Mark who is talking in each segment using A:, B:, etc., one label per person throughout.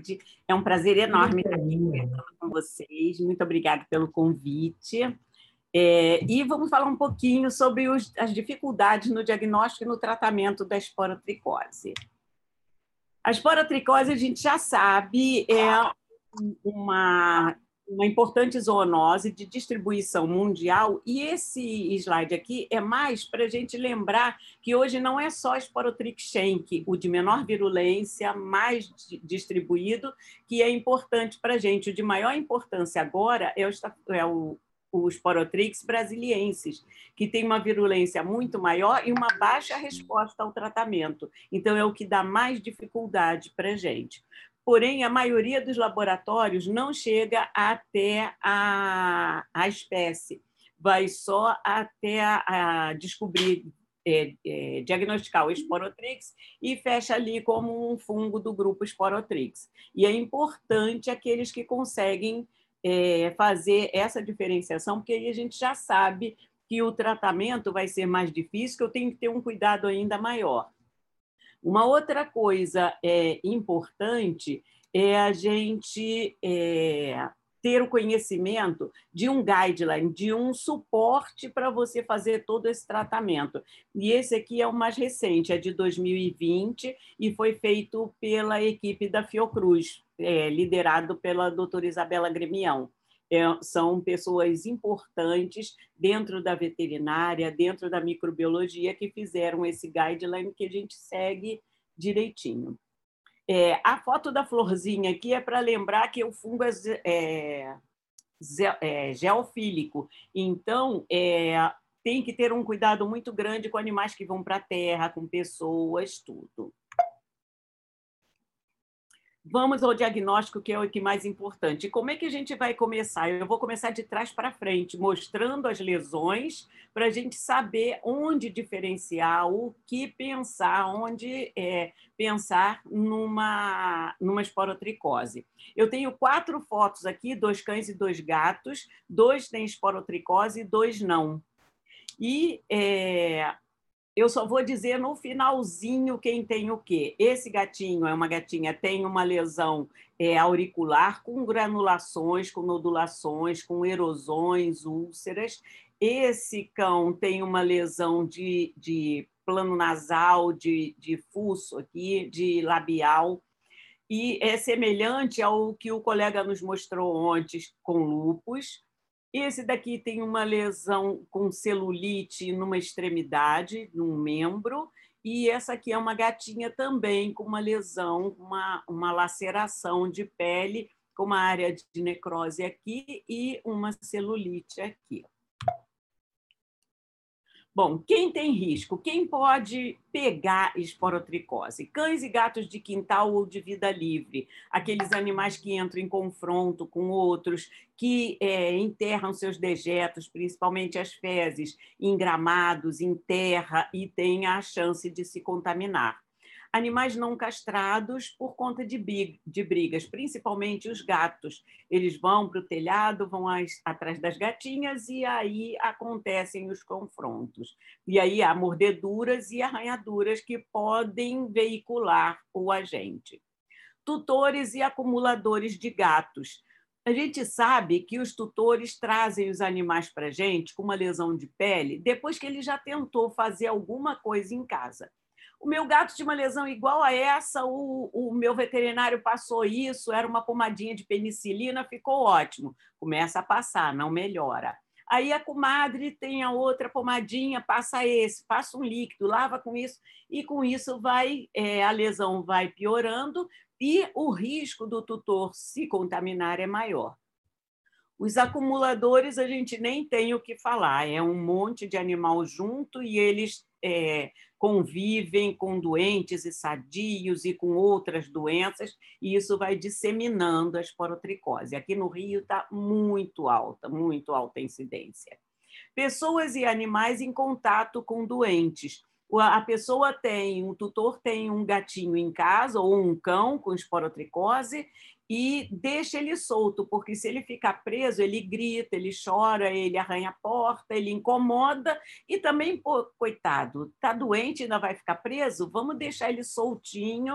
A: tarde. É um prazer enorme estar aqui conversando com vocês. Muito obrigada pelo convite. E vamos falar um pouquinho sobre as dificuldades no diagnóstico e no tratamento da esporotricose. A esporotricose, a gente já sabe, é uma importante zoonose de distribuição mundial, e esse slide aqui é mais para a gente lembrar que hoje não é só Sporotrix schenck, o de menor virulência, mais distribuído, que é importante para a gente. O de maior importância agora é o Sporotrix brasiliensis, que tem uma virulência muito maior e uma baixa resposta ao tratamento. Então, é o que dá mais dificuldade para a gente. Porém, a maioria dos laboratórios não chega até a espécie, vai só até a descobrir, diagnosticar o Sporotrix e fecha ali como um fungo do grupo Sporotrix. E é importante aqueles que conseguem fazer essa diferenciação, porque aí a gente já sabe que o tratamento vai ser mais difícil, que eu tenho que ter um cuidado ainda maior. Uma outra coisa importante é a gente ter o conhecimento de um guideline, de um suporte para você fazer todo esse tratamento. E esse aqui é o mais recente, é de 2020, e foi feito pela equipe da Fiocruz, liderado pela doutora Isabela Gremião. São pessoas importantes dentro da veterinária, dentro da microbiologia, que fizeram esse guideline que a gente segue direitinho. A foto da florzinha aqui é para lembrar que o fungo é geofílico, então tem que ter um cuidado muito grande com animais que vão para a terra, com pessoas, tudo. Vamos ao diagnóstico, que é o que mais importante. E como é que a gente vai começar? Eu vou começar de trás para frente, mostrando as lesões, para a gente saber onde diferenciar, o que pensar, onde pensar numa esporotricose. Eu tenho 4 fotos aqui, 2 cães e 2 gatos, 2 têm esporotricose e 2 não. E eu só vou dizer no finalzinho quem tem o quê. Esse gatinho é uma gatinha, tem uma lesão auricular com granulações, com nodulações, com erosões, úlceras. Esse cão tem uma lesão de plano nasal, de fuço aqui, de labial, e é semelhante ao que o colega nos mostrou ontem com lúpus. Esse daqui tem uma lesão com celulite numa extremidade, num membro, e essa aqui é uma gatinha também com uma lesão, uma laceração de pele, com uma área de necrose aqui e uma celulite aqui. Bom, quem tem risco? Quem pode pegar esporotricose? Cães e gatos de quintal ou de vida livre, aqueles animais que entram em confronto com outros, que enterram seus dejetos, principalmente as fezes, em gramados, em terra, e têm a chance de se contaminar. Animais não castrados por conta de brigas, principalmente os gatos. Eles vão para o telhado, vão atrás das gatinhas e aí acontecem os confrontos. E aí há mordeduras e arranhaduras que podem veicular o agente. Tutores e acumuladores de gatos. A gente sabe que os tutores trazem os animais para a gente com uma lesão de pele depois que ele já tentou fazer alguma coisa em casa. O meu gato tinha uma lesão igual a essa, o meu veterinário passou isso, era uma pomadinha de penicilina, ficou ótimo. Começa a passar, não melhora. Aí a comadre tem a outra pomadinha, passa um líquido, lava com isso, e com isso a lesão vai piorando e o risco do tutor se contaminar é maior. Os acumuladores a gente nem tem o que falar, é um monte de animal junto e eles convivem com doentes e sadios e com outras doenças, e isso vai disseminando a esporotricose. Aqui no Rio está muito alta a incidência. Pessoas e animais em contato com doentes. A pessoa o tutor tem um gatinho em casa ou um cão com esporotricose e deixa ele solto, porque se ele ficar preso, ele grita, ele chora, ele arranha a porta, ele incomoda e também, pô, coitado, está doente, ainda vai ficar preso? Vamos deixar ele soltinho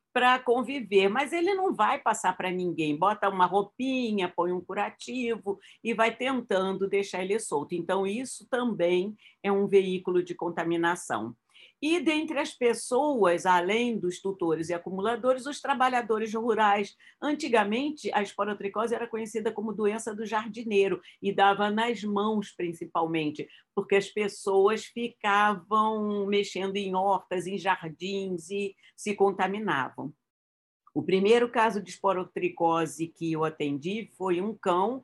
A: para conviver, mas ele não vai passar para ninguém. Bota uma roupinha, põe um curativo e vai tentando deixar ele solto. Então, isso também é um veículo de contaminação. E dentre as pessoas, além dos tutores e acumuladores, os trabalhadores rurais. Antigamente, a esporotricose era conhecida como doença do jardineiro e dava nas mãos, principalmente, porque as pessoas ficavam mexendo em hortas, em jardins e se contaminavam. O primeiro caso de esporotricose que eu atendi foi um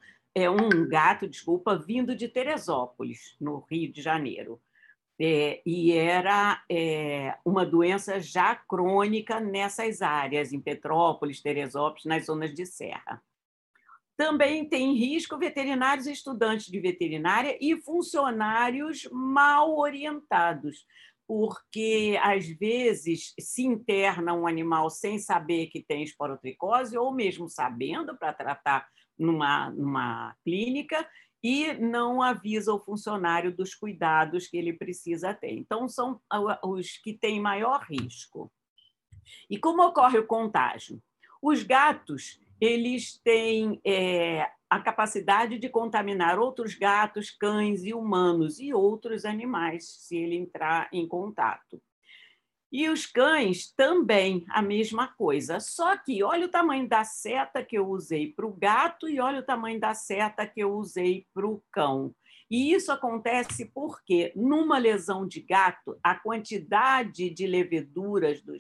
A: gato, desculpa, vindo de Teresópolis, no Rio de Janeiro. E era uma doença já crônica nessas áreas, em Petrópolis, Teresópolis, nas zonas de serra. Também tem risco veterinários e estudantes de veterinária e funcionários mal orientados, porque, às vezes, se interna um animal sem saber que tem esporotricose, ou mesmo sabendo, para tratar numa clínica, e não avisa o funcionário dos cuidados que ele precisa ter. Então, são os que têm maior risco. E como ocorre o contágio? Os gatos, eles têm a capacidade de contaminar outros gatos, cães e humanos e outros animais, se ele entrar em contato. E os cães também, a mesma coisa. Só que olha o tamanho da seta que eu usei para o gato e olha o tamanho da seta que eu usei para o cão. E isso acontece porque, numa lesão de gato, a quantidade de leveduras do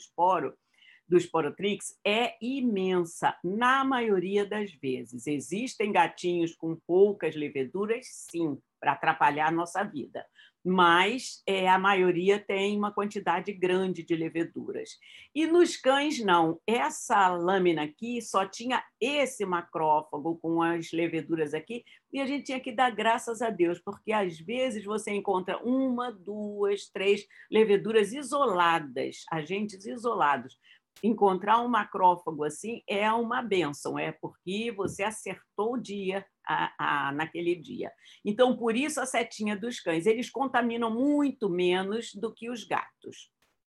A: esporotrix é imensa, na maioria das vezes. Existem gatinhos com poucas leveduras, sim, para atrapalhar a nossa vida, mas a maioria tem uma quantidade grande de leveduras. E nos cães, não. Essa lâmina aqui só tinha esse macrófago com as leveduras aqui, e a gente tinha que dar graças a Deus, porque às vezes você encontra 1, 2, 3 leveduras isoladas, agentes isolados. Encontrar um macrófago assim é uma bênção, é porque você acertou o dia naquele dia. Então, por isso a setinha dos cães. Eles contaminam muito menos do que os gatos.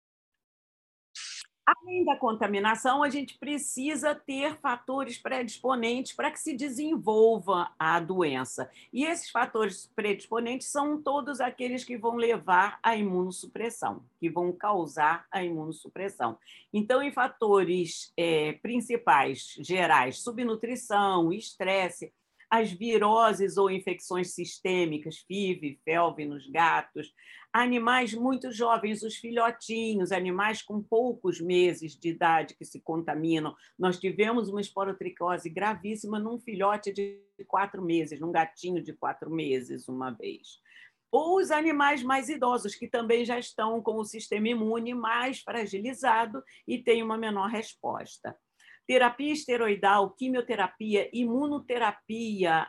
A: Além da contaminação, a gente precisa ter fatores predisponentes para que se desenvolva a doença. E esses fatores predisponentes são todos aqueles que vão levar à imunossupressão, que vão causar a imunossupressão. Então, em fatores principais, gerais, subnutrição, estresse, as viroses ou infecções sistêmicas, FIV, FeLV nos gatos, animais muito jovens, os filhotinhos, animais com poucos meses de idade que se contaminam. Nós tivemos uma esporotricose gravíssima num filhote de 4 meses, num gatinho de 4 meses, uma vez. Ou os animais mais idosos, que também já estão com o sistema imune mais fragilizado e têm uma menor resposta. Terapia esteroidal, quimioterapia, imunoterapia,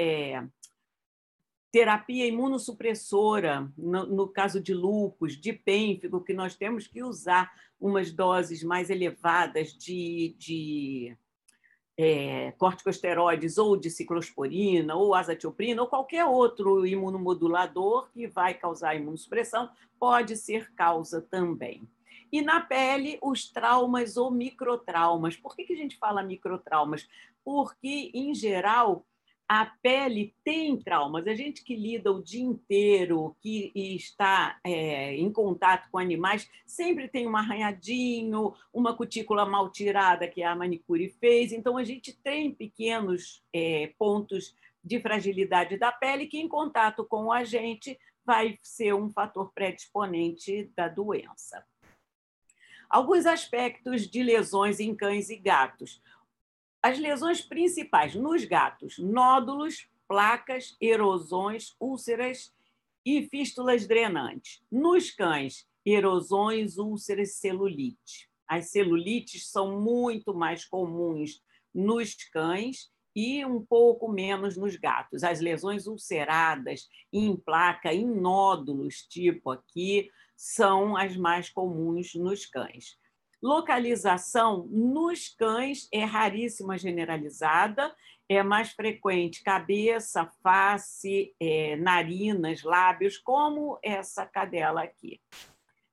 A: terapia imunossupressora, no caso de lúpus, de pênfigo, que nós temos que usar umas doses mais elevadas de corticosteroides ou de ciclosporina ou azatioprina ou qualquer outro imunomodulador que vai causar imunossupressão, pode ser causa também. E na pele, os traumas ou microtraumas. Por que a gente fala microtraumas? Porque, em geral, a pele tem traumas. A gente que lida o dia inteiro, que está em contato com animais, sempre tem um arranhadinho, uma cutícula mal tirada que a manicure fez. Então, a gente tem pequenos pontos de fragilidade da pele que, em contato com a gente, vai ser um fator predisponente da doença. Alguns aspectos de lesões em cães e gatos. As lesões principais nos gatos: nódulos, placas, erosões, úlceras e fístulas drenantes. Nos cães, erosões, úlceras, celulite. As celulites são muito mais comuns nos cães e um pouco menos nos gatos. As lesões ulceradas em placa, em nódulos, tipo aqui, são as mais comuns nos cães. Localização nos cães é raríssima, generalizada, é mais frequente cabeça, face, narinas, lábios, como essa cadela aqui.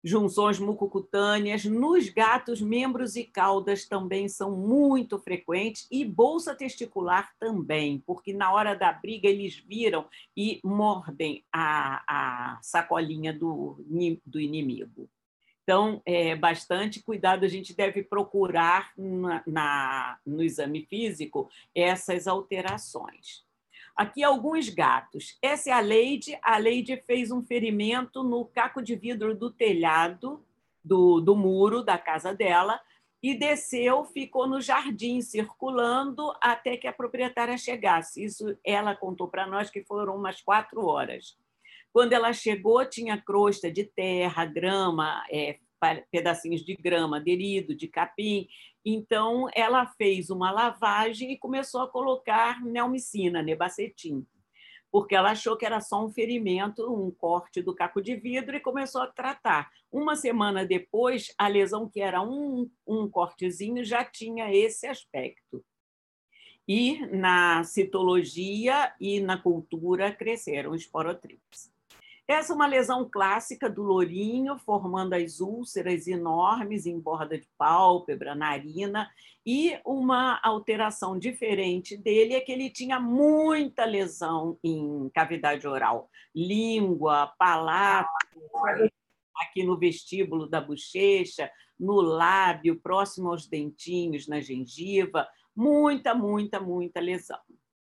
A: junções mucocutâneas. Nos gatos, membros e caudas também são muito frequentes, e bolsa testicular também, porque na hora da briga eles viram e mordem a sacolinha do inimigo. Então, bastante cuidado, a gente deve procurar no exame físico essas alterações. Aqui alguns gatos. Essa é a Leide. A Leide fez um ferimento no caco de vidro do telhado do muro da casa dela e desceu, ficou no jardim circulando até que a proprietária chegasse. Isso ela contou para nós que foram umas 4 horas. Quando ela chegou, tinha crosta de terra, grama, pedacinhos de grama aderido, de capim. Então, ela fez uma lavagem e começou a colocar neomicina, nebacetim, porque ela achou que era só um ferimento, um corte do caco de vidro, e começou a tratar. Uma semana depois, a lesão, que era um cortezinho, já tinha esse aspecto. E na citologia e na cultura cresceram esporotrips. Essa é uma lesão clássica do lourinho, formando as úlceras enormes em borda de pálpebra, narina, e uma alteração diferente dele é que ele tinha muita lesão em cavidade oral, língua, palato, aqui no vestíbulo da bochecha, no lábio, próximo aos dentinhos, na gengiva, muita, muita, muita lesão.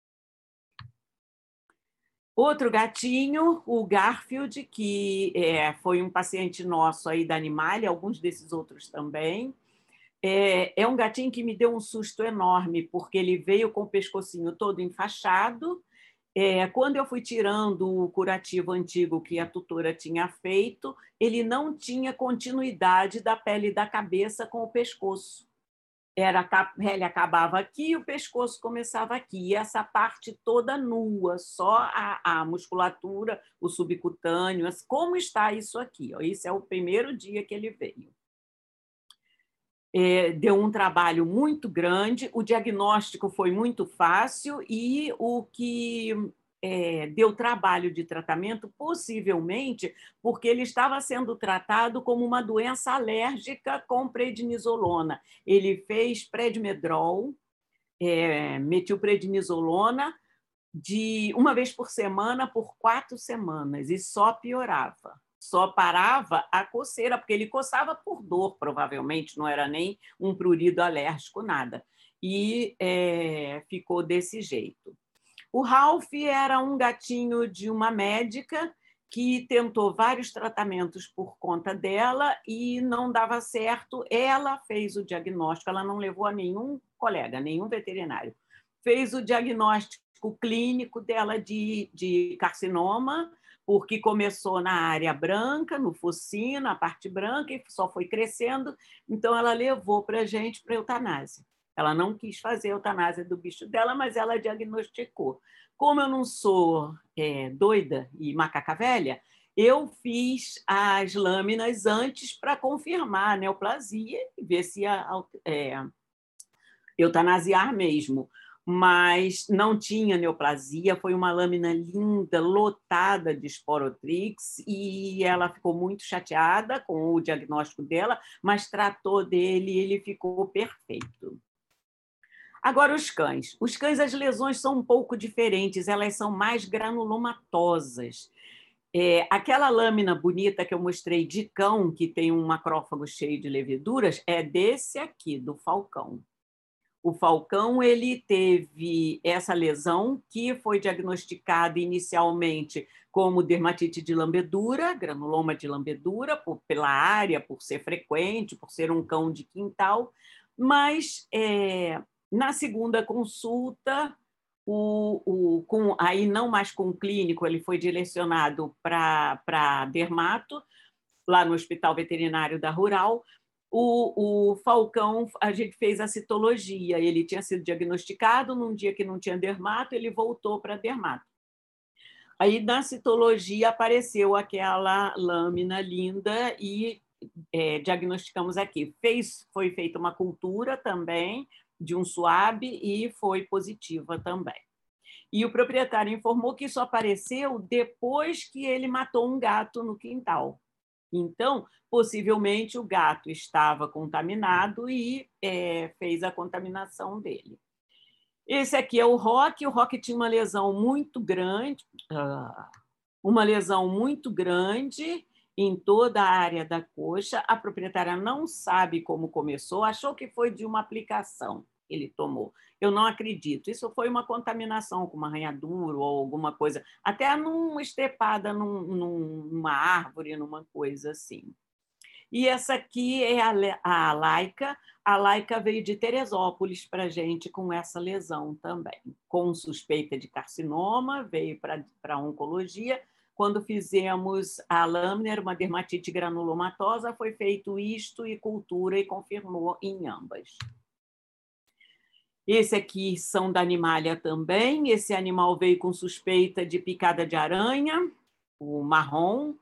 A: Outro gatinho, o Garfield, que foi um paciente nosso aí da Animalia, alguns desses outros também. É um gatinho que me deu um susto enorme, porque ele veio com o pescocinho todo enfaixado. Quando eu fui tirando o curativo antigo que a tutora tinha feito, ele não tinha continuidade da pele da cabeça com o pescoço. A pele acabava aqui e o pescoço começava aqui. E essa parte toda nua, só a musculatura, o subcutâneo. Como está isso aqui? Esse é o primeiro dia que ele veio. Deu um trabalho muito grande, o diagnóstico foi muito fácil e o que deu trabalho de tratamento, possivelmente porque ele estava sendo tratado como uma doença alérgica com prednisolona. Ele fez predmedrol, metilprednisolona, de uma vez por semana por 4 semanas, e só piorava. Só parava a coceira, porque ele coçava por dor, provavelmente, não era nem um prurido alérgico, nada. E ficou desse jeito. O Ralph era um gatinho de uma médica que tentou vários tratamentos por conta dela e não dava certo. Ela fez o diagnóstico, ela não levou a nenhum colega, nenhum veterinário. Fez o diagnóstico clínico dela de carcinoma, porque começou na área branca, no focinho, na parte branca, e só foi crescendo. Então, ela levou para a gente para eutanásia. Ela não quis fazer a eutanásia do bicho dela, mas ela diagnosticou. Como eu não sou doida e macaca velha, eu fiz as lâminas antes para confirmar a neoplasia e ver se ia eutanasiar mesmo. Mas não tinha neoplasia, foi uma lâmina linda, lotada de esporotrix, e ela ficou muito chateada com o diagnóstico dela, mas tratou dele e ele ficou perfeito. Agora, os cães. Os cães, as lesões são um pouco diferentes, elas são mais granulomatosas. Aquela lâmina bonita que eu mostrei de cão, que tem um macrófago cheio de leveduras, é desse aqui, do falcão. O falcão ele teve essa lesão, que foi diagnosticada inicialmente como dermatite de lambedura, granuloma de lambedura, pela área, por ser frequente, por ser um cão de quintal, mas na segunda consulta, aí não mais com o clínico, ele foi direcionado para dermato, lá no Hospital Veterinário da Rural. O falcão, a gente fez a citologia, ele tinha sido diagnosticado, num dia que não tinha dermato, ele voltou para dermato. Aí, na citologia, apareceu aquela lâmina linda e diagnosticamos aqui. Foi feita uma cultura também de um SUAB e foi positiva também. E o proprietário informou que isso apareceu depois que ele matou um gato no quintal. Então, possivelmente, o gato estava contaminado e fez a contaminação dele. Esse aqui é o Rock. O Rock tinha uma lesão muito grande, em toda a área da coxa. A proprietária não sabe como começou, achou que foi de uma aplicação que ele tomou. Eu não acredito. Isso foi uma contaminação com uma arranhadura ou alguma coisa, até estepada numa árvore, numa coisa assim. E essa aqui é a Laika. A Laika veio de Teresópolis para a gente com essa lesão também, com suspeita de carcinoma, veio para a oncologia. Quando fizemos a lâmina, uma dermatite granulomatosa, foi feito isto e cultura e confirmou em ambas. Esse aqui são da Animalia também. Esse animal veio com suspeita de picada de aranha, o marrom.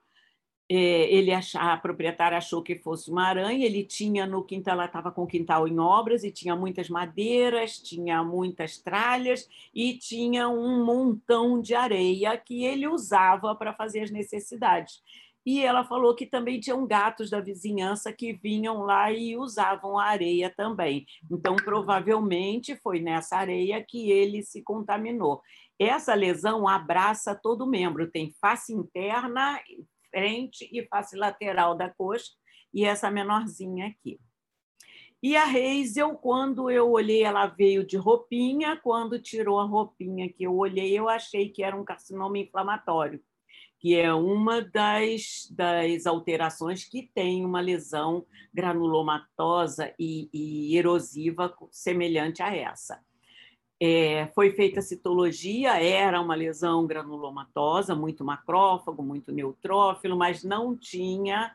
A: A proprietária achou que fosse uma aranha. Ele tinha no quintal, ela estava com o quintal em obras e tinha muitas madeiras, tinha muitas tralhas e tinha um montão de areia que ele usava para fazer as necessidades. E ela falou que também tinham gatos da vizinhança que vinham lá e usavam a areia também. Então, provavelmente, foi nessa areia que ele se contaminou. Essa lesão abraça todo o membro, tem face interna, frente e face lateral da coxa, e essa menorzinha aqui. E a Hazel, quando eu olhei, ela veio de roupinha. Quando tirou a roupinha que eu olhei, eu achei que era um carcinoma inflamatório, que é uma das alterações que tem uma lesão granulomatosa e erosiva semelhante a essa. Foi feita a citologia, era uma lesão granulomatosa, muito macrófago, muito neutrófilo, mas não tinha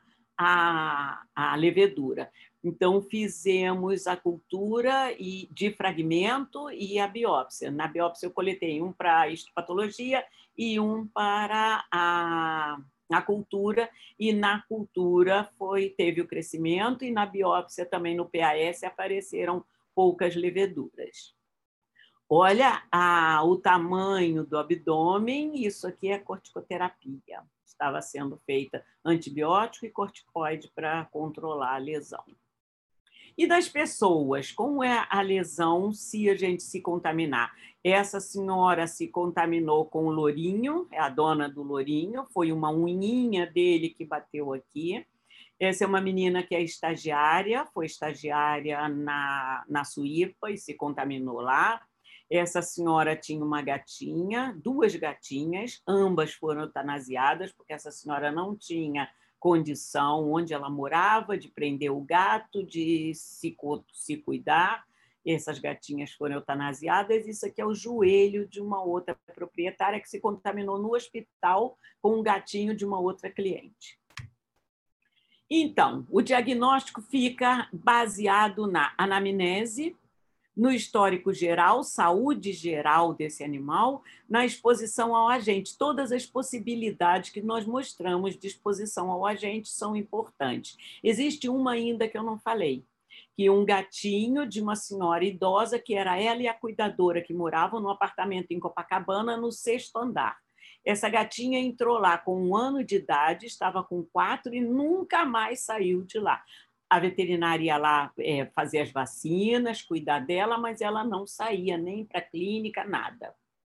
A: a levedura. Então, fizemos a cultura de fragmento e a biópsia. Na biópsia, eu coletei um para a histopatologia e um para a cultura, e na cultura teve o crescimento, e na biópsia, também no PAS, apareceram poucas leveduras. Olha o tamanho do abdômen, isso aqui é corticoterapia. Estava sendo feita antibiótico e corticoide para controlar a lesão. E das pessoas, como é a lesão se a gente se contaminar? Essa senhora se contaminou com o lourinho, é a dona do lourinho, foi uma unhinha dele que bateu aqui. Essa é uma menina que é estagiária, foi estagiária na Suípa e se contaminou lá. Essa senhora tinha uma gatinha, 2 gatinhas, ambas foram eutanasiadas, porque essa senhora não tinha condição onde ela morava de prender o gato, de se cuidar. Essas gatinhas foram eutanasiadas. Isso aqui é o joelho de uma outra proprietária que se contaminou no hospital com um gatinho de uma outra cliente. Então, o diagnóstico fica baseado na anamnese, no histórico geral, saúde geral desse animal, na exposição ao agente. Todas as possibilidades que nós mostramos de exposição ao agente são importantes. Existe uma ainda que eu não falei, que um gatinho de uma senhora idosa, que era ela e a cuidadora, que moravam num apartamento em Copacabana, no 6º andar. Essa gatinha entrou lá com 1 ano de idade, estava com 4 e nunca mais saiu de lá. A veterinária ia lá fazer as vacinas, cuidar dela, mas ela não saía nem para a clínica, nada.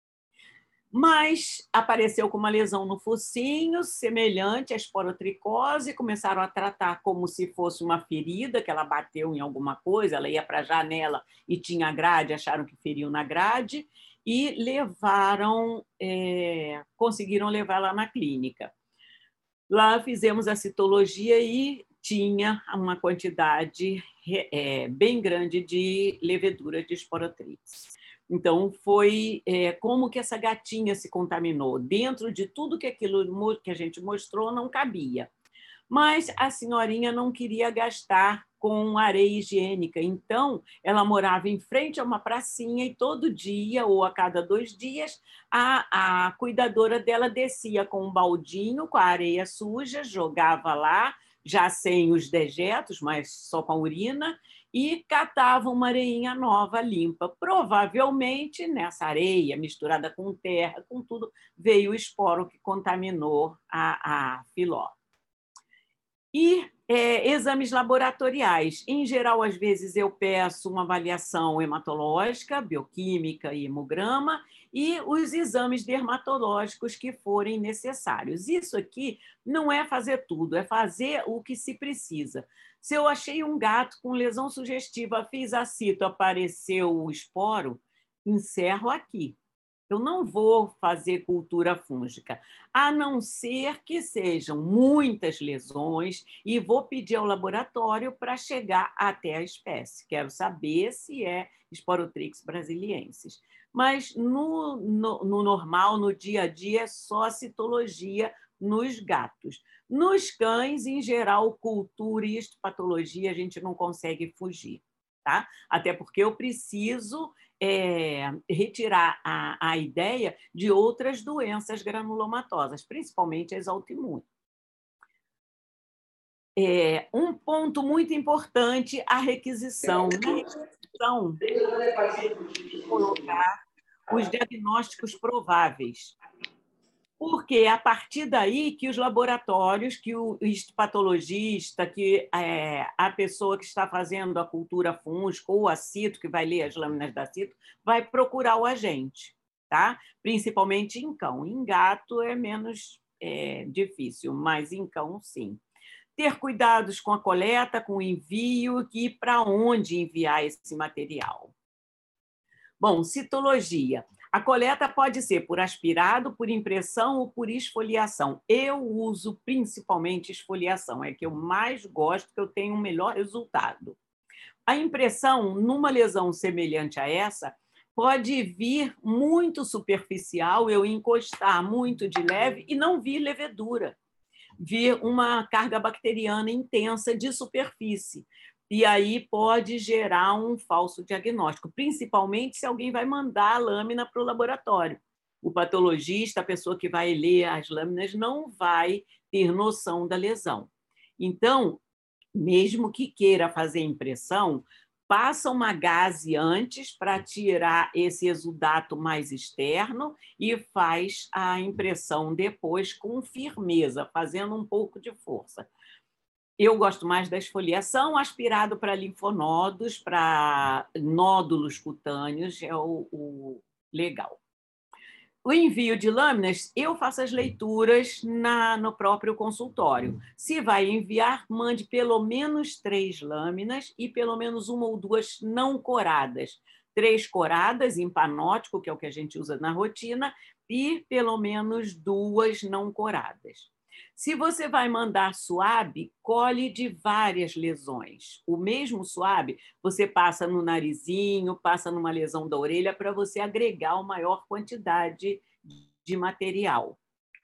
A: Mas apareceu com uma lesão no focinho, semelhante à esporotricose, começaram a tratar como se fosse uma ferida, que ela bateu em alguma coisa, ela ia para a janela e tinha grade, acharam que feriu na grade, e conseguiram levar lá na clínica. Lá fizemos a citologia e tinha uma quantidade bem grande de levedura de esporotrix. Então, foi como que essa gatinha se contaminou. Dentro de tudo que aquilo que a gente mostrou, não cabia. Mas a senhorinha não queria gastar com areia higiênica, então ela morava em frente a uma pracinha e todo dia, ou a cada 2 dias, a cuidadora dela descia com um baldinho com a areia suja, jogava lá, já sem os dejetos, mas só com a urina, e catava uma areinha nova, limpa. Provavelmente, nessa areia, misturada com terra, com tudo, veio o esporo que contaminou a filó. E exames laboratoriais. Em geral, às vezes, eu peço uma avaliação hematológica, bioquímica e hemograma, e os exames dermatológicos que forem necessários. Isso aqui não é fazer tudo, é fazer o que se precisa. Se eu achei um gato com lesão sugestiva, fiz a cito, apareceu o esporo, encerro aqui. Eu não vou fazer cultura fúngica, a não ser que sejam muitas lesões e vou pedir ao laboratório para chegar até a espécie. Quero saber se é Sporotrix brasiliensis. Mas no normal, no dia a dia, é só citologia nos gatos. Nos cães, em geral, cultura e histopatologia a gente não consegue fugir, tá? Até porque eu preciso retirar a ideia de outras doenças granulomatosas, principalmente as autoimunes. Um ponto muito importante, a requisição. Na requisição, colocar os diagnósticos prováveis. Porque é a partir daí que os laboratórios, que o histopatologista, que a pessoa que está fazendo a cultura fúngica ou a cito, que vai ler as lâminas da cito, vai procurar o agente, tá? Principalmente em cão. Em gato é menos difícil, mas em cão, sim. Ter cuidados com a coleta, com o envio e para onde enviar esse material. Bom, citologia. A coleta pode ser por aspirado, por impressão ou por esfoliação. Eu uso principalmente esfoliação, é que eu mais gosto, que eu tenho um melhor resultado. A impressão, numa lesão semelhante a essa, pode vir muito superficial, eu encostar muito de leve e não vir levedura, vir uma carga bacteriana intensa de superfície. E aí pode gerar um falso diagnóstico, principalmente se alguém vai mandar a lâmina para o laboratório. O patologista, a pessoa que vai ler as lâminas, não vai ter noção da lesão. Então, mesmo que queira fazer impressão, passa uma gaze antes para tirar esse exudato mais externo e faz a impressão depois com firmeza, fazendo um pouco de força. Eu gosto mais da esfoliação, aspirado para linfonodos, para nódulos cutâneos, é o legal. O envio de lâminas, eu faço as leituras no próprio consultório. Se vai enviar, mande pelo menos 3 lâminas e pelo menos 1 ou 2 não coradas. 3 coradas em panótico, que é o que a gente usa na rotina, e pelo menos 2 não coradas. Se você vai mandar suave, colhe de várias lesões. O mesmo suave você passa no narizinho, passa numa lesão da orelha para você agregar uma maior quantidade de material.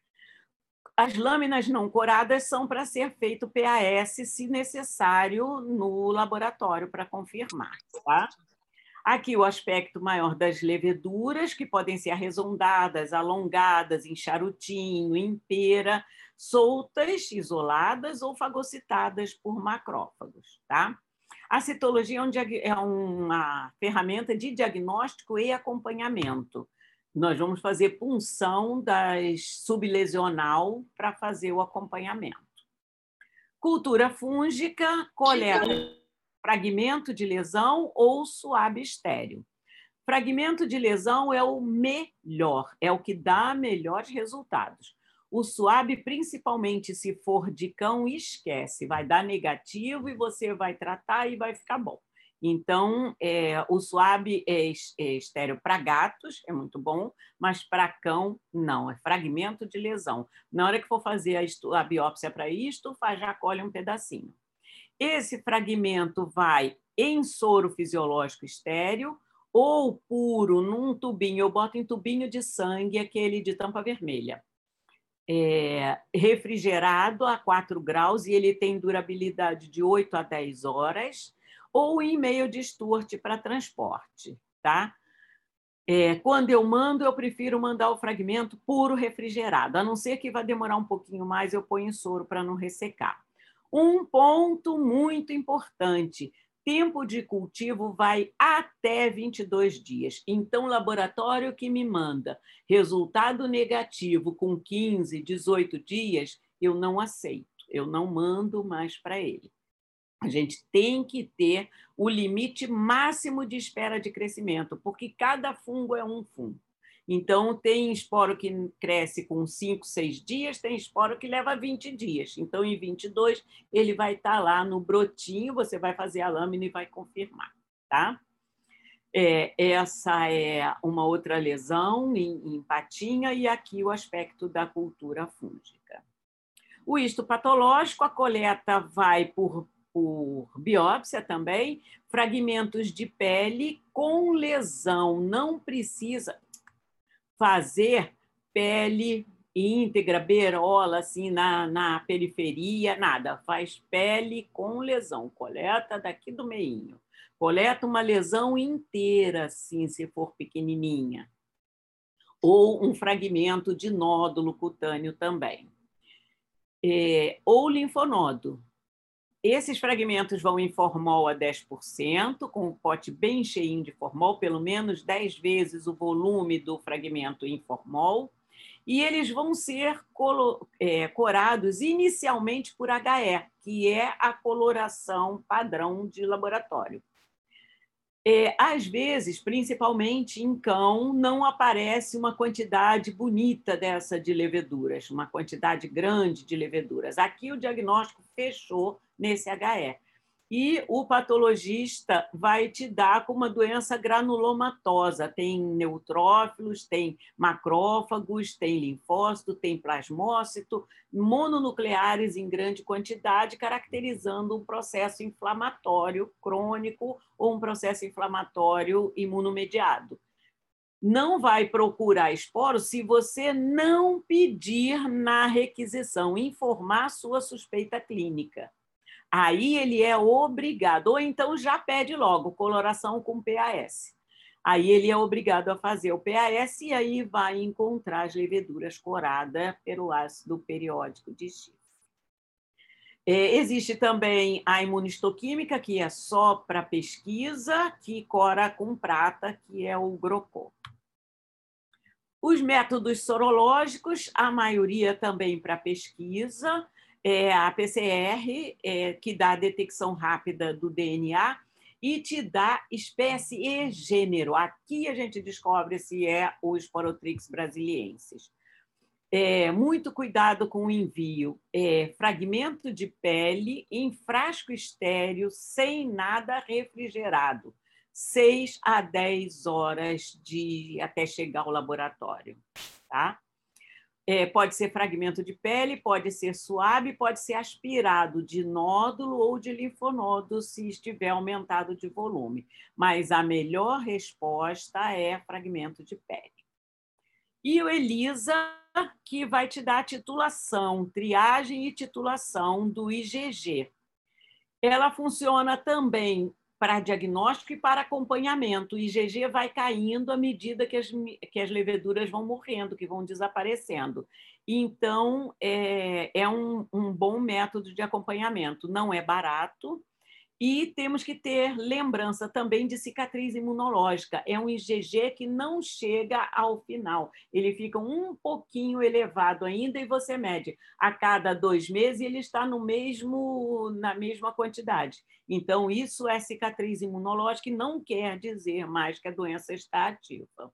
A: As lâminas não coradas são para ser feito PAS, se necessário, no laboratório para confirmar, tá? Aqui o aspecto maior das leveduras, que podem ser arredondadas, alongadas, em charutinho, em pera, soltas, isoladas ou fagocitadas por macrófagos, tá? A citologia é uma ferramenta de diagnóstico e acompanhamento. Nós vamos fazer punção das sublesional para fazer o acompanhamento. Cultura fúngica, coleta fragmento de lesão ou suave estéreo. Fragmento de lesão é o melhor, é o que dá melhores resultados. O suave, principalmente se for de cão, esquece, vai dar negativo e você vai tratar e vai ficar bom. Então, o suave é estéreo para gatos, é muito bom, mas para cão, não, é fragmento de lesão. Na hora que for fazer a biópsia para isto, já colhe um pedacinho. Esse fragmento vai em soro fisiológico estéreo ou puro num tubinho, eu boto em tubinho de sangue, aquele de tampa vermelha. Refrigerado a 4 graus e ele tem durabilidade de 8 a 10 horas, ou em meio de Stuart para transporte, tá? Quando eu mando, eu prefiro mandar o fragmento puro refrigerado, a não ser que vai demorar um pouquinho mais, eu ponho em soro para não ressecar. Um ponto muito importante, tempo de cultivo vai até 22 dias. Então, o laboratório que me manda resultado negativo com 15, 18 dias, eu não aceito. eu não mando mais para ele. A gente tem que ter o limite máximo de espera de crescimento, porque cada fungo é um fungo. Então, tem esporo que cresce com 5, 6 dias, tem esporo que leva 20 dias. Então, em 22, ele vai estar lá no brotinho, você vai fazer a lâmina e vai confirmar. Tá? Essa é uma outra lesão em patinha, e aqui o aspecto da cultura fúngica. O histopatológico, a coleta vai por biópsia também, fragmentos de pele com lesão, não precisa fazer pele íntegra, beirola, assim, na periferia, nada. Faz pele com lesão, coleta daqui do meinho. Coleta uma lesão inteira, assim, se for pequenininha. Ou um fragmento de nódulo cutâneo também. Ou linfonodo. Esses fragmentos vão em formol a 10%, com um pote bem cheinho de formol, pelo menos 10 vezes o volume do fragmento em formol, e eles vão ser corados inicialmente por HE, que é a coloração padrão de laboratório. Às vezes, principalmente em cão, não aparece uma quantidade bonita dessa de leveduras, uma quantidade grande de leveduras. Aqui o diagnóstico fechou nesse HE. E o patologista vai te dar com uma doença granulomatosa. Tem neutrófilos, tem macrófagos, tem linfócito, tem plasmócito, mononucleares em grande quantidade, caracterizando um processo inflamatório crônico ou um processo inflamatório imunomediado. Não vai procurar esporo se você não pedir na requisição, informar sua suspeita clínica. Aí ele é obrigado, ou então já pede logo coloração com PAS. Aí ele é obrigado a fazer o PAS e aí vai encontrar as leveduras coradas pelo ácido periódico de Schiff. Existe também a imunistoquímica, que é só para pesquisa, que cora com prata, que é o Grocô. Os métodos sorológicos, a maioria também para pesquisa, a PCR, que dá a detecção rápida do DNA e te dá espécie e gênero. Aqui a gente descobre se é o Sporotrix brasiliensis. Muito cuidado com o envio. Fragmento de pele em frasco estéreo, sem nada refrigerado. 6 a 10 horas até chegar ao laboratório. Tá? Pode ser fragmento de pele, pode ser suave, pode ser aspirado de nódulo ou de linfonodo, se estiver aumentado de volume. Mas a melhor resposta é fragmento de pele. E o ELISA, que vai te dar a titulação, triagem e titulação do IgG. Ela funciona também para diagnóstico e para acompanhamento. O IgG vai caindo à medida que as leveduras vão morrendo, que vão desaparecendo. Então, é um bom método de acompanhamento. Não é barato. E temos que ter lembrança também de cicatriz imunológica. É um IgG que não chega ao final. Ele fica um pouquinho elevado ainda e você mede. A cada 2 meses ele está na mesma quantidade. Então, isso é cicatriz imunológica e não quer dizer mais que a doença está ativa.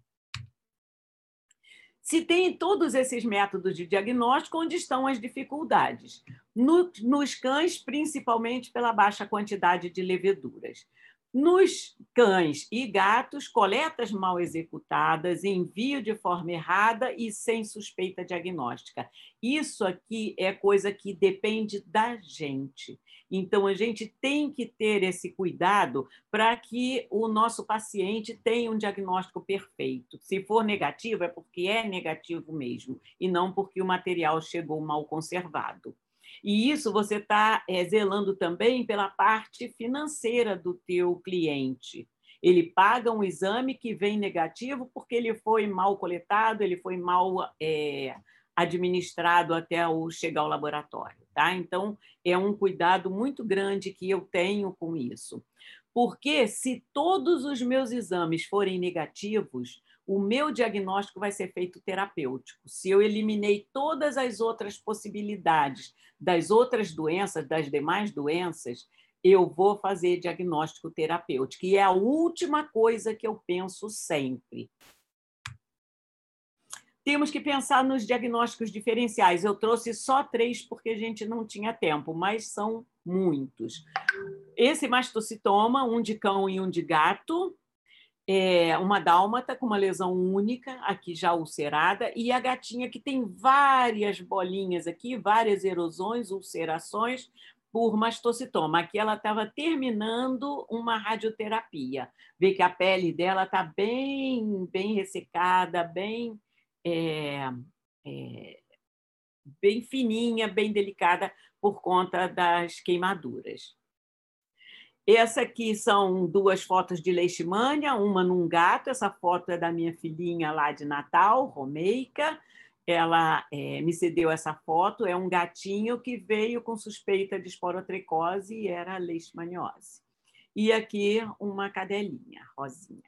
A: Se tem todos esses métodos de diagnóstico, onde estão as dificuldades? Nos cães, principalmente pela baixa quantidade de leveduras. Nos cães e gatos, coletas mal executadas, envio de forma errada e sem suspeita diagnóstica. Isso aqui é coisa que depende da gente. Então, a gente tem que ter esse cuidado para que o nosso paciente tenha um diagnóstico perfeito. Se for negativo, é porque é negativo mesmo, e não porque o material chegou mal conservado. E isso você está zelando também pela parte financeira do teu cliente. Ele paga um exame que vem negativo porque ele foi mal coletado, ele foi mal administrado até chegar ao laboratório. Tá? Então, é um cuidado muito grande que eu tenho com isso. Porque se todos os meus exames forem negativos, o meu diagnóstico vai ser feito terapêutico. Se eu eliminei todas as outras possibilidades das outras doenças, das demais doenças, eu vou fazer diagnóstico terapêutico. E é a última coisa que eu penso sempre. Temos que pensar nos diagnósticos diferenciais. Eu trouxe só 3 porque a gente não tinha tempo, mas são muitos. Esse mastocitoma, um de cão e um de gato, uma dálmata com uma lesão única, aqui já ulcerada, e a gatinha que tem várias bolinhas aqui, várias erosões, ulcerações, por mastocitoma. Aqui ela estava terminando uma radioterapia. Vê que a pele dela está bem ressecada, bem fininha, bem delicada por conta das queimaduras. Essa aqui são 2 fotos de leishmania, uma num gato. Essa foto é da minha filhinha lá de Natal, Romeica. Ela me cedeu essa foto. É um gatinho que veio com suspeita de esporotricose e era leishmaniose. E aqui uma cadelinha, rosinha.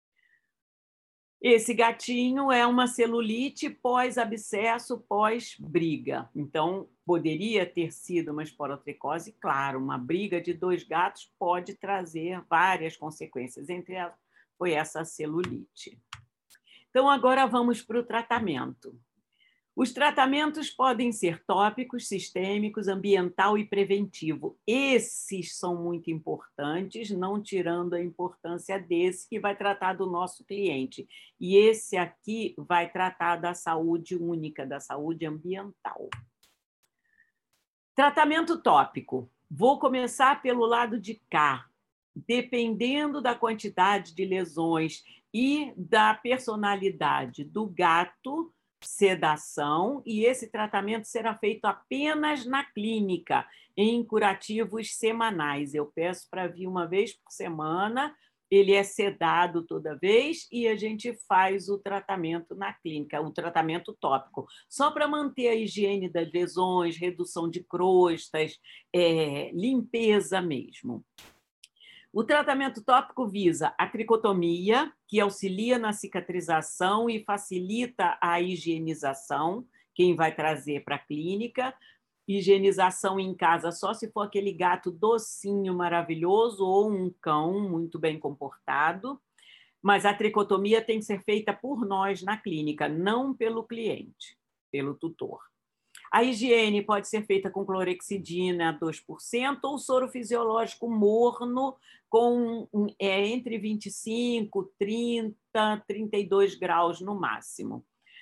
A: Esse gatinho é uma celulite pós-abscesso, pós-briga. Então, poderia ter sido uma esporotricose, claro, uma briga de 2 gatos pode trazer várias consequências, entre elas foi essa celulite. Então, agora vamos para o tratamento. Os tratamentos podem ser tópicos, sistêmicos, ambiental e preventivo. Esses são muito importantes, não tirando a importância desse que vai tratar do nosso cliente. E esse aqui vai tratar da saúde única, da saúde ambiental. Tratamento tópico. Vou começar pelo lado de cá. Dependendo da quantidade de lesões e da personalidade do gato, sedação, e esse tratamento será feito apenas na clínica, em curativos semanais. Eu peço para vir 1 vez por semana, ele é sedado toda vez e a gente faz o tratamento na clínica, o tratamento tópico, só para manter a higiene das lesões, redução de crostas, limpeza mesmo. O tratamento tópico visa a tricotomia, que auxilia na cicatrização e facilita a higienização, quem vai trazer para a clínica. Higienização em casa só se for aquele gato docinho, maravilhoso, ou um cão muito bem comportado. Mas a tricotomia tem que ser feita por nós na clínica, não pelo cliente, pelo tutor. A higiene pode ser feita com clorexidina 2% ou soro fisiológico morno com entre 25, 30, 32 graus no máximo.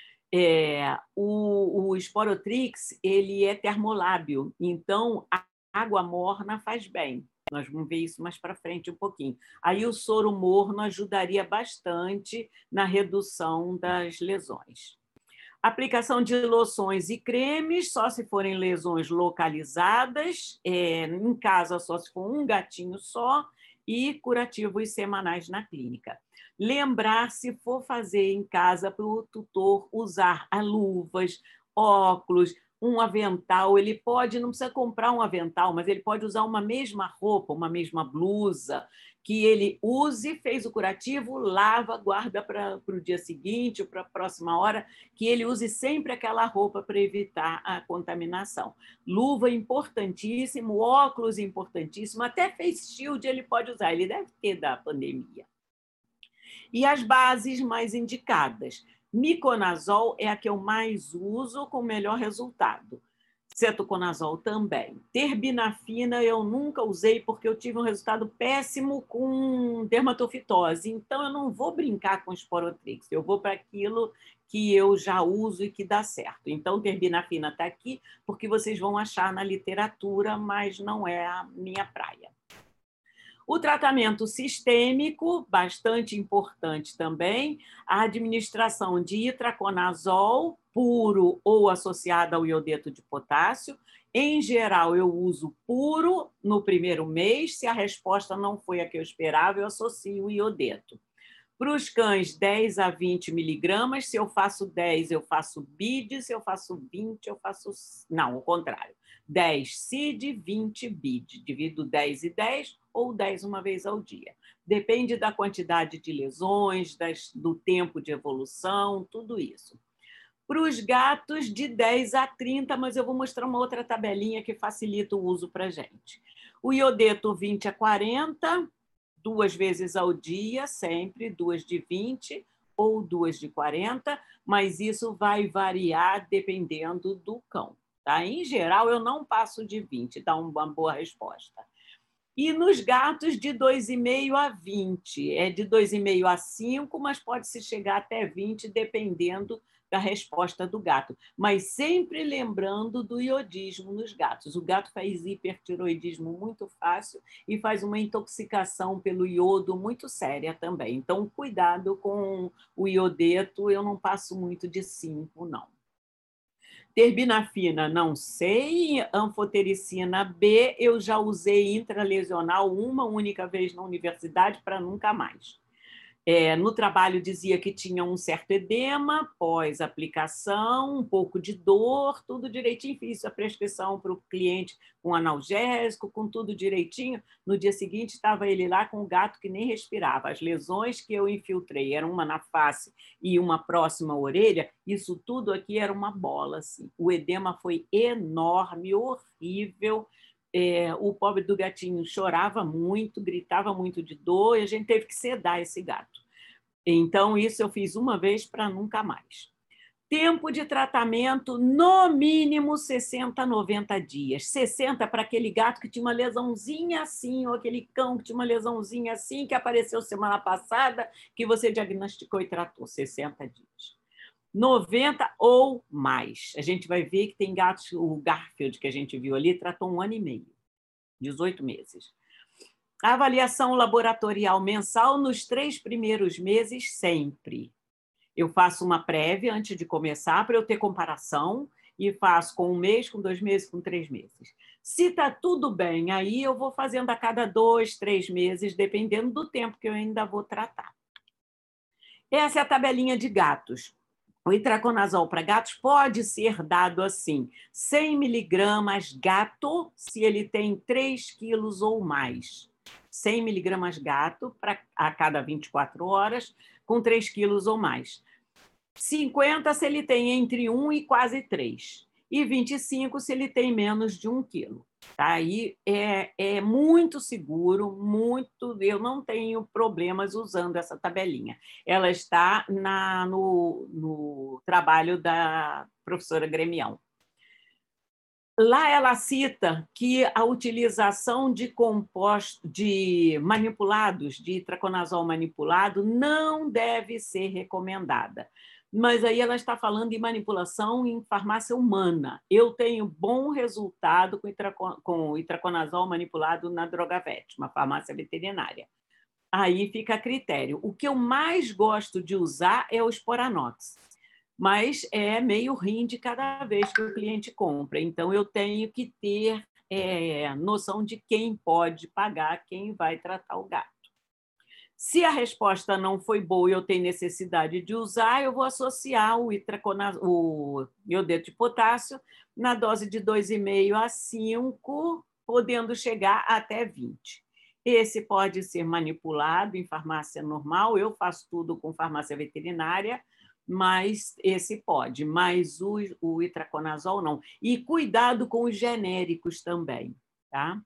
A: O Sporotrix ele é termolábil, então a água morna faz bem. Nós vamos ver isso mais para frente um pouquinho. Aí o soro morno ajudaria bastante na redução das lesões. Aplicação de loções e cremes, só se forem lesões localizadas, em casa só se for um gatinho só, e curativos semanais na clínica. Lembrar, se for fazer em casa, para o tutor usar luvas, óculos, um avental. Ele pode, não precisa comprar um avental, mas ele pode usar uma mesma roupa, uma mesma blusa, que ele use, fez o curativo, lava, guarda para o dia seguinte ou para a próxima hora, que ele use sempre aquela roupa para evitar a contaminação. Luva importantíssimo, óculos importantíssimo, até face shield ele pode usar, ele deve ter da pandemia. E as bases mais indicadas. Miconazol é a que eu mais uso com melhor resultado. Cetoconazol também. Terbinafina eu nunca usei porque eu tive um resultado péssimo com dermatofitose. Então, eu não vou brincar com Sporotrix, eu vou para aquilo que eu já uso e que dá certo. Então, terbinafina está aqui porque vocês vão achar na literatura, mas não é a minha praia. O tratamento sistêmico, bastante importante também, a administração de itraconazol puro ou associado ao iodeto de potássio. Em geral, eu uso puro no primeiro mês. Se a resposta não foi a que eu esperava, eu associo o iodeto. Para os cães, 10 a 20 miligramas. Se eu faço 10, eu faço BID. Se eu faço 20, eu faço... Não, o contrário. 10 CID, 20 BID. Divido 10 e 10 ou 10 uma vez ao dia. Depende da quantidade de lesões, do tempo de evolução, tudo isso. Para os gatos, de 10 a 30, mas eu vou mostrar uma outra tabelinha que facilita o uso para a gente. O iodeto, 20 a 40, 2 vezes ao dia, sempre, 2 de 20 ou 2 de 40, mas isso vai variar dependendo do cão. Tá? Em geral, eu não passo de 20, dá uma boa resposta. E nos gatos, de 2,5 a 20. É de 2,5 a 5, mas pode-se chegar até 20, dependendo da resposta do gato. Mas sempre lembrando do iodismo nos gatos. O gato faz hipertiroidismo muito fácil e faz uma intoxicação pelo iodo muito séria também. Então, cuidado com o iodeto. Eu não passo muito de 5, não. Terbinafina, não sei. Anfotericina B, eu já usei intralesional uma única vez na universidade para nunca mais. No trabalho dizia que tinha um certo edema pós-aplicação, um pouco de dor, tudo direitinho. Fiz a prescrição para o cliente com analgésico, com tudo direitinho. No dia seguinte, estava ele lá com o gato que nem respirava. As lesões que eu infiltrei eram uma na face e uma próxima à orelha. Isso tudo aqui era uma bola. Assim. O edema foi enorme, horrível. O pobre do gatinho chorava muito, gritava muito de dor, e a gente teve que sedar esse gato. Então, isso eu fiz uma vez para nunca mais. Tempo de tratamento, no mínimo 60 a 90 dias. 60 para aquele gato que tinha uma lesãozinha assim, ou aquele cão que tinha uma lesãozinha assim, que apareceu semana passada, que você diagnosticou e tratou. 60 dias. 90 ou mais. A gente vai ver que tem gatos, o Garfield que a gente viu ali, tratou 1 ano e meio, 18 meses. A avaliação laboratorial mensal nos 3 primeiros meses, sempre. Eu faço uma prévia antes de começar, para eu ter comparação, e faço com 1 mês, com 2 meses, com 3 meses. Se está tudo bem, aí eu vou fazendo a cada 2, 3 meses, dependendo do tempo que eu ainda vou tratar. Essa é a tabelinha de gatos. O itraconazol para gatos pode ser dado assim, 100 miligramas gato, se ele tem 3 quilos ou mais. 100 miligramas gato a cada 24 horas, com 3 quilos ou mais. 50 se ele tem entre 1 e quase 3. E 25 se ele tem menos de 1 quilo. Tá? Aí é muito seguro, muito. Eu não tenho problemas usando essa tabelinha. Ela está no trabalho da professora Gremião. Lá ela cita que a utilização de compostos, de manipulados, de itraconazol manipulado, não deve ser recomendada. Mas aí ela está falando de manipulação em farmácia humana. Eu tenho bom resultado com o itraconazol manipulado na Drogavet, uma farmácia veterinária. Aí fica a critério. O que eu mais gosto de usar é o Sporanox, mas é meio rim de cada vez que o cliente compra. Então, eu tenho que ter noção de quem pode pagar, quem vai tratar o gato. Se a resposta não foi boa e eu tenho necessidade de usar, eu vou associar o iodeto de potássio na dose de 2,5 a 5, podendo chegar até 20. Esse pode ser manipulado em farmácia normal, eu faço tudo com farmácia veterinária, mas esse pode, mas o itraconazol não. E cuidado com os genéricos também, tá?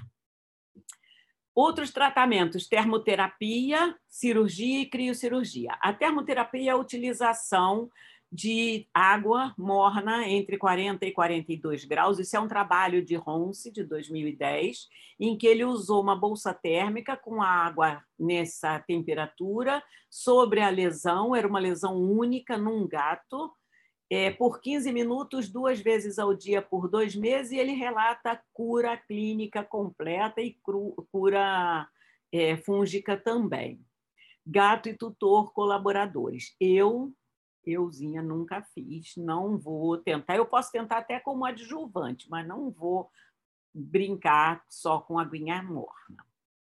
A: Outros tratamentos, termoterapia, cirurgia e criocirurgia. A termoterapia é a utilização de água morna entre 40 e 42 graus. Isso é um trabalho de Ronce, de 2010, em que ele usou uma bolsa térmica com água nessa temperatura sobre a lesão. Era uma lesão única num gato, por 15 minutos, 2 vezes ao dia por 2 meses, e ele relata cura clínica completa e cura fúngica também. Gato e tutor colaboradores. Euzinha, nunca fiz, não vou tentar. Eu posso tentar até como adjuvante, mas não vou brincar só com aguinha morna.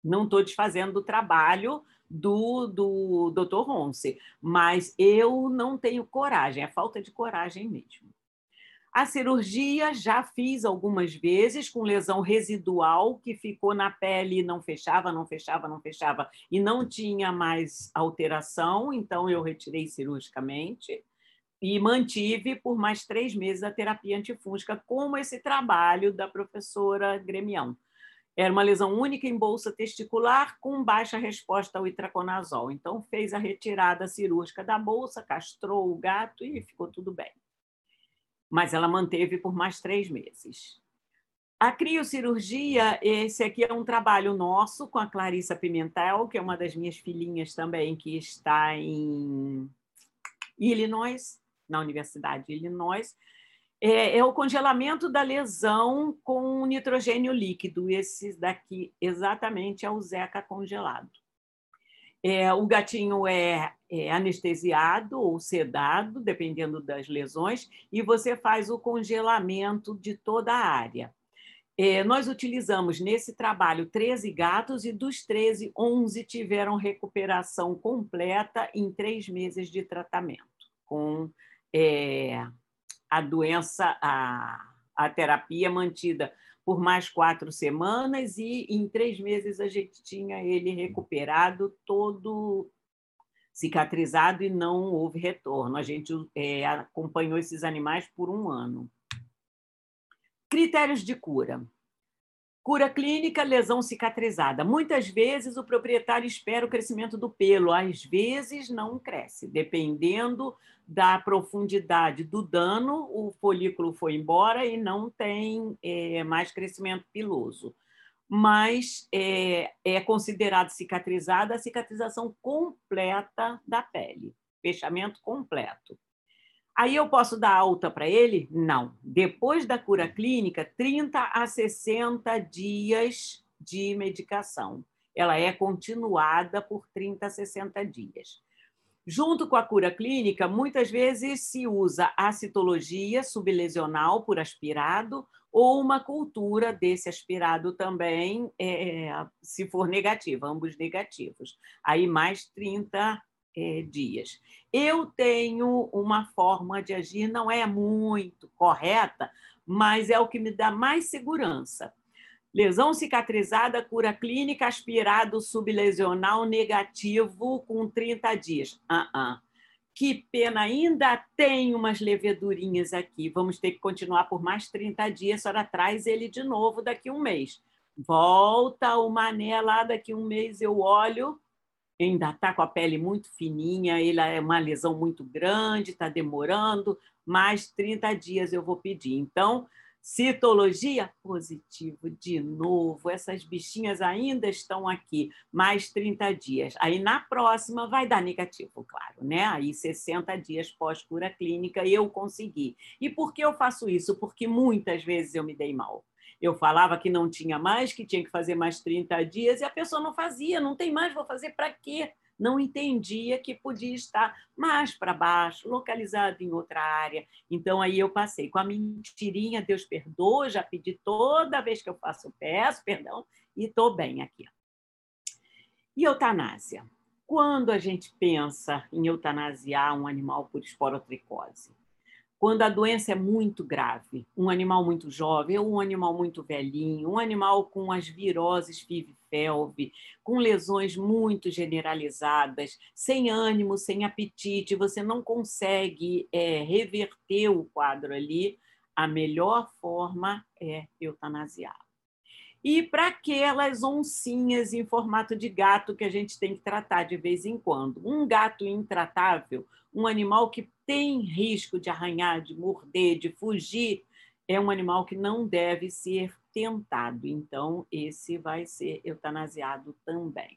A: Não estou desfazendo do trabalho do Dr. Ronce, mas eu não tenho coragem, é falta de coragem mesmo. A cirurgia já fiz algumas vezes com lesão residual que ficou na pele e não fechava, não fechava, não fechava e não tinha mais alteração, então eu retirei cirurgicamente e mantive por mais 3 meses a terapia antifúngica, como esse trabalho da professora Gremião. Era uma lesão única em bolsa testicular com baixa resposta ao itraconazol. Então, fez a retirada cirúrgica da bolsa, castrou o gato e ficou tudo bem. Mas ela manteve por mais 3 meses. A criocirurgia, esse aqui é um trabalho nosso com a Clarissa Pimentel, que é uma das minhas filhinhas também, que está em Illinois, na Universidade de Illinois. É o congelamento da lesão com nitrogênio líquido. Esse daqui exatamente é o Zeca congelado. O gatinho é anestesiado ou sedado, dependendo das lesões, e você faz o congelamento de toda a área. Nós utilizamos nesse trabalho 13 gatos e dos 13, 11 tiveram recuperação completa em 3 meses de tratamento, com a doença, a terapia mantida por mais 4 semanas e em 3 meses a gente tinha ele recuperado, todo cicatrizado e não houve retorno. A gente acompanhou esses animais por 1 ano. Critérios de cura. Cura clínica, lesão cicatrizada. Muitas vezes o proprietário espera o crescimento do pelo, às vezes não cresce. Dependendo da profundidade do dano, o folículo foi embora e não tem mais crescimento piloso. Mas é considerado cicatrizada a cicatrização completa da pele, fechamento completo. Aí eu posso dar alta para ele? Não. Depois da cura clínica, 30 a 60 dias de medicação. Ela é continuada por 30 a 60 dias. Junto com a cura clínica, muitas vezes se usa a citologia sublesional por aspirado ou uma cultura desse aspirado também, se for negativa, ambos negativos. Aí mais 30 dias. Eu tenho uma forma de agir, não é muito correta, mas é o que me dá mais segurança. Lesão cicatrizada, cura clínica, aspirado sublesional negativo com 30 dias. Que pena, ainda tem umas levedurinhas aqui. Vamos ter que continuar por mais 30 dias. A senhora traz ele de novo daqui a 1 mês. Volta o mané lá daqui a 1 mês, eu olho, ainda está com a pele muito fininha, ele é uma lesão muito grande, está demorando, mais 30 dias eu vou pedir. Então, citologia, positivo de novo, essas bichinhas ainda estão aqui, mais 30 dias. Aí, na próxima, vai dar negativo, claro, né? Aí, 60 dias pós-cura clínica, eu consegui. E por que eu faço isso? Porque muitas vezes eu me dei mal. Eu falava que não tinha mais, que tinha que fazer mais 30 dias, e a pessoa não fazia, não tem mais, vou fazer para quê? Não entendia que podia estar mais para baixo, localizado em outra área. Então, aí eu passei com a mentirinha, Deus perdoa, já pedi toda vez que eu faço, peço perdão, e estou bem aqui. E eutanásia? Quando a gente pensa em eutanasiar um animal por esporotricose? Quando a doença é muito grave, um animal muito jovem, ou um animal muito velhinho, um animal com as viroses FIV-FeLV, com lesões muito generalizadas, sem ânimo, sem apetite, você não consegue reverter o quadro ali, a melhor forma é eutanasiar. E para aquelas oncinhas em formato de gato que a gente tem que tratar de vez em quando. Um gato intratável, um animal que tem risco de arranhar, de morder, de fugir, é um animal que não deve ser tentado. Então, esse vai ser eutanasiado também.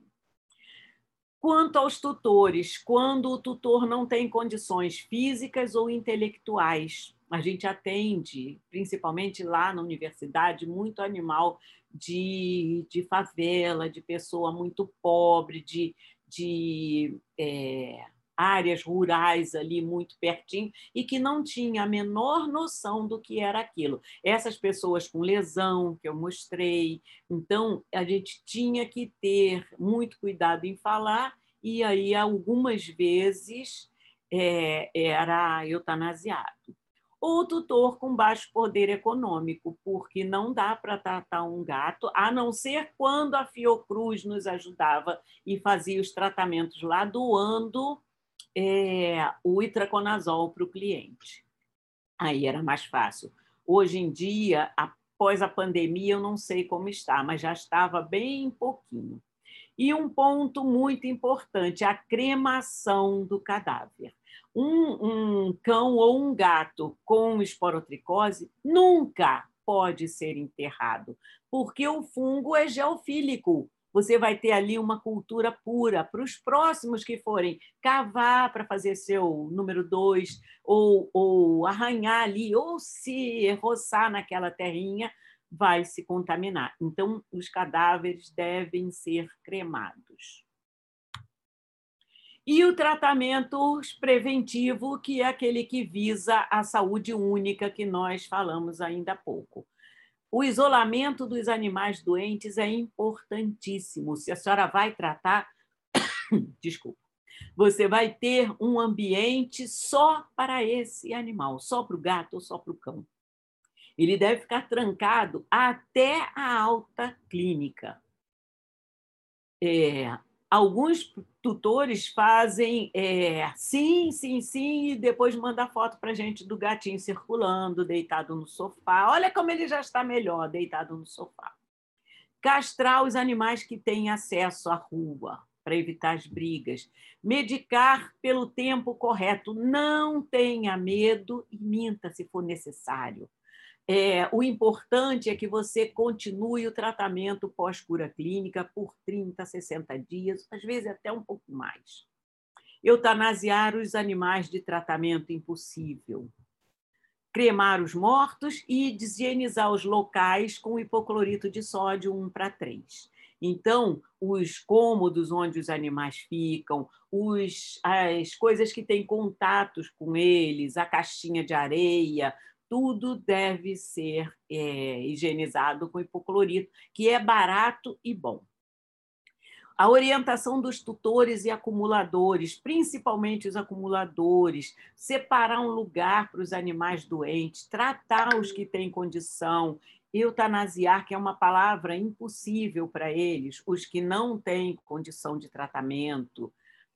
A: Quanto aos tutores, quando o tutor não tem condições físicas ou intelectuais, a gente atende, principalmente lá na universidade, muito animal de favela, de pessoa muito pobre, de áreas rurais ali muito pertinho e que não tinha a menor noção do que era aquilo. Essas pessoas com lesão que eu mostrei, então a gente tinha que ter muito cuidado em falar e aí algumas vezes era eutanasiado. Ou tutor com baixo poder econômico, porque não dá para tratar um gato, a não ser quando a Fiocruz nos ajudava e fazia os tratamentos lá, doando o itraconazol para o cliente. Aí era mais fácil. Hoje em dia, após a pandemia, eu não sei como está, mas já estava bem pouquinho. E um ponto muito importante, a cremação do cadáver. Um cão ou um gato com esporotricose nunca pode ser enterrado, porque o fungo é geofílico. Você vai ter ali uma cultura pura. Para os próximos que forem cavar para fazer seu número 2, ou arranhar ali, ou se roçar naquela terrinha, vai se contaminar. Então, os cadáveres devem ser cremados. E o tratamento preventivo, que é aquele que visa a saúde única, que nós falamos ainda há pouco. O isolamento dos animais doentes é importantíssimo. Se a senhora vai tratar, desculpa, você vai ter um ambiente só para esse animal, só para o gato ou só para o cão. Ele deve ficar trancado até a alta clínica. Alguns tutores fazem sim, sim, sim, e depois manda foto para a gente do gatinho circulando, deitado no sofá. Olha como ele já está melhor, deitado no sofá. Castrar os animais que têm acesso à rua, para evitar as brigas. Medicar pelo tempo correto. Não tenha medo e minta se for necessário. O importante é que você continue o tratamento pós-cura clínica por 30, 60 dias, às vezes até um pouco mais. Eutanasiar os animais de tratamento impossível. Cremar os mortos e higienizar os locais com hipoclorito de sódio 1:3. Então, os cômodos onde os animais ficam, as coisas que têm contatos com eles, a caixinha de areia, tudo deve ser higienizado com hipoclorito, que é barato e bom. A orientação dos tutores e acumuladores, principalmente os acumuladores, separar um lugar para os animais doentes, tratar os que têm condição, eutanasiar, que é uma palavra impossível para eles, os que não têm condição de tratamento,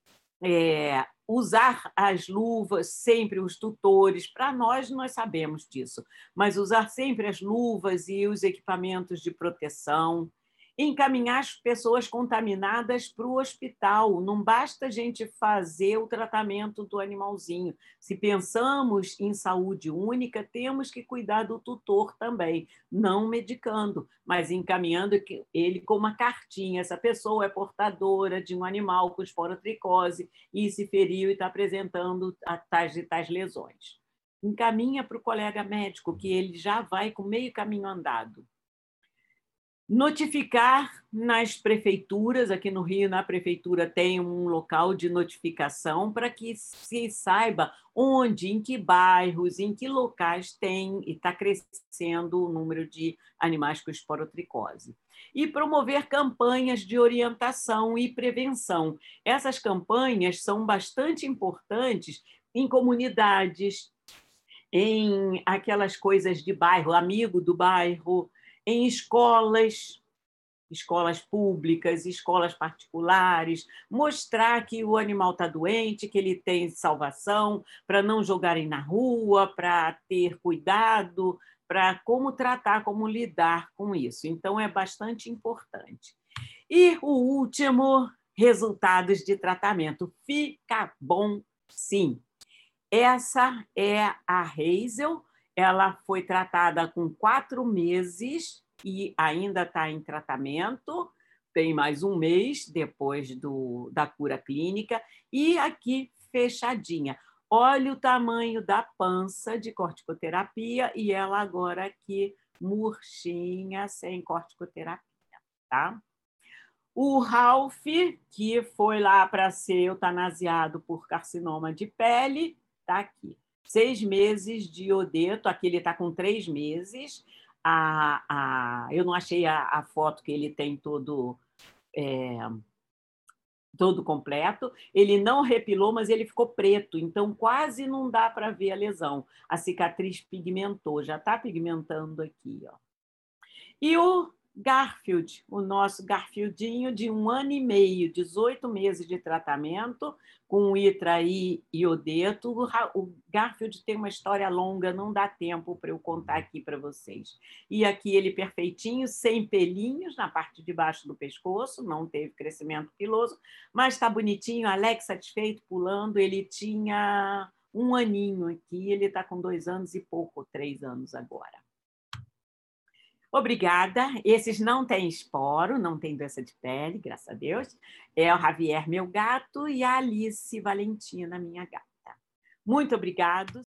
A: usar as luvas, sempre os tutores, para nós sabemos disso, mas usar sempre as luvas e os equipamentos de proteção, encaminhar as pessoas contaminadas para o hospital. Não basta a gente fazer o tratamento do animalzinho. Se pensamos em saúde única, temos que cuidar do tutor também, não medicando, mas encaminhando ele com uma cartinha. Essa pessoa é portadora de um animal com esporotricose e se feriu e está apresentando tais e tais lesões. Encaminha para o colega médico, que ele já vai com meio caminho andado. Notificar nas prefeituras, aqui no Rio, na prefeitura, tem um local de notificação para que se saiba onde, em que bairros, em que locais tem e está crescendo o número de animais com esporotricose. E promover campanhas de orientação e prevenção. Essas campanhas são bastante importantes em comunidades, em aquelas coisas de bairro, amigo do bairro, em escolas públicas, escolas particulares, mostrar que o animal está doente, que ele tem salvação, para não jogarem na rua, para ter cuidado, para como tratar, como lidar com isso. Então, é bastante importante. E o último, resultados de tratamento. Fica bom, sim. Essa é a Hazel. Ela foi tratada com 4 meses e ainda está em tratamento. Tem mais um mês depois da cura clínica. E aqui, fechadinha. Olha o tamanho da pança de corticoterapia e ela agora aqui murchinha, sem corticoterapia. Tá? O Ralph, que foi lá para ser eutanasiado por carcinoma de pele, está aqui. 6 meses de iodeto, aqui ele está com 3 meses. Eu não achei a foto que ele tem todo completo. Ele não repilou, mas ele ficou preto, então quase não dá para ver a lesão. A cicatriz pigmentou, já está pigmentando aqui. Ó. E o Garfield, o nosso Garfieldinho de 1 ano e meio, 18 meses de tratamento, com Itra e iodeto. O Garfield tem uma história longa, não dá tempo para eu contar aqui para vocês. E aqui ele perfeitinho, sem pelinhos na parte de baixo do pescoço, não teve crescimento piloso, mas está bonitinho, Alex satisfeito, pulando. Ele tinha 1 aninho aqui, ele está com 2 anos e pouco, 3 anos agora. Obrigada. Esses não têm esporo, não têm doença de pele, graças a Deus. É o Javier, meu gato, e a Alice Valentina, minha gata. Muito obrigado.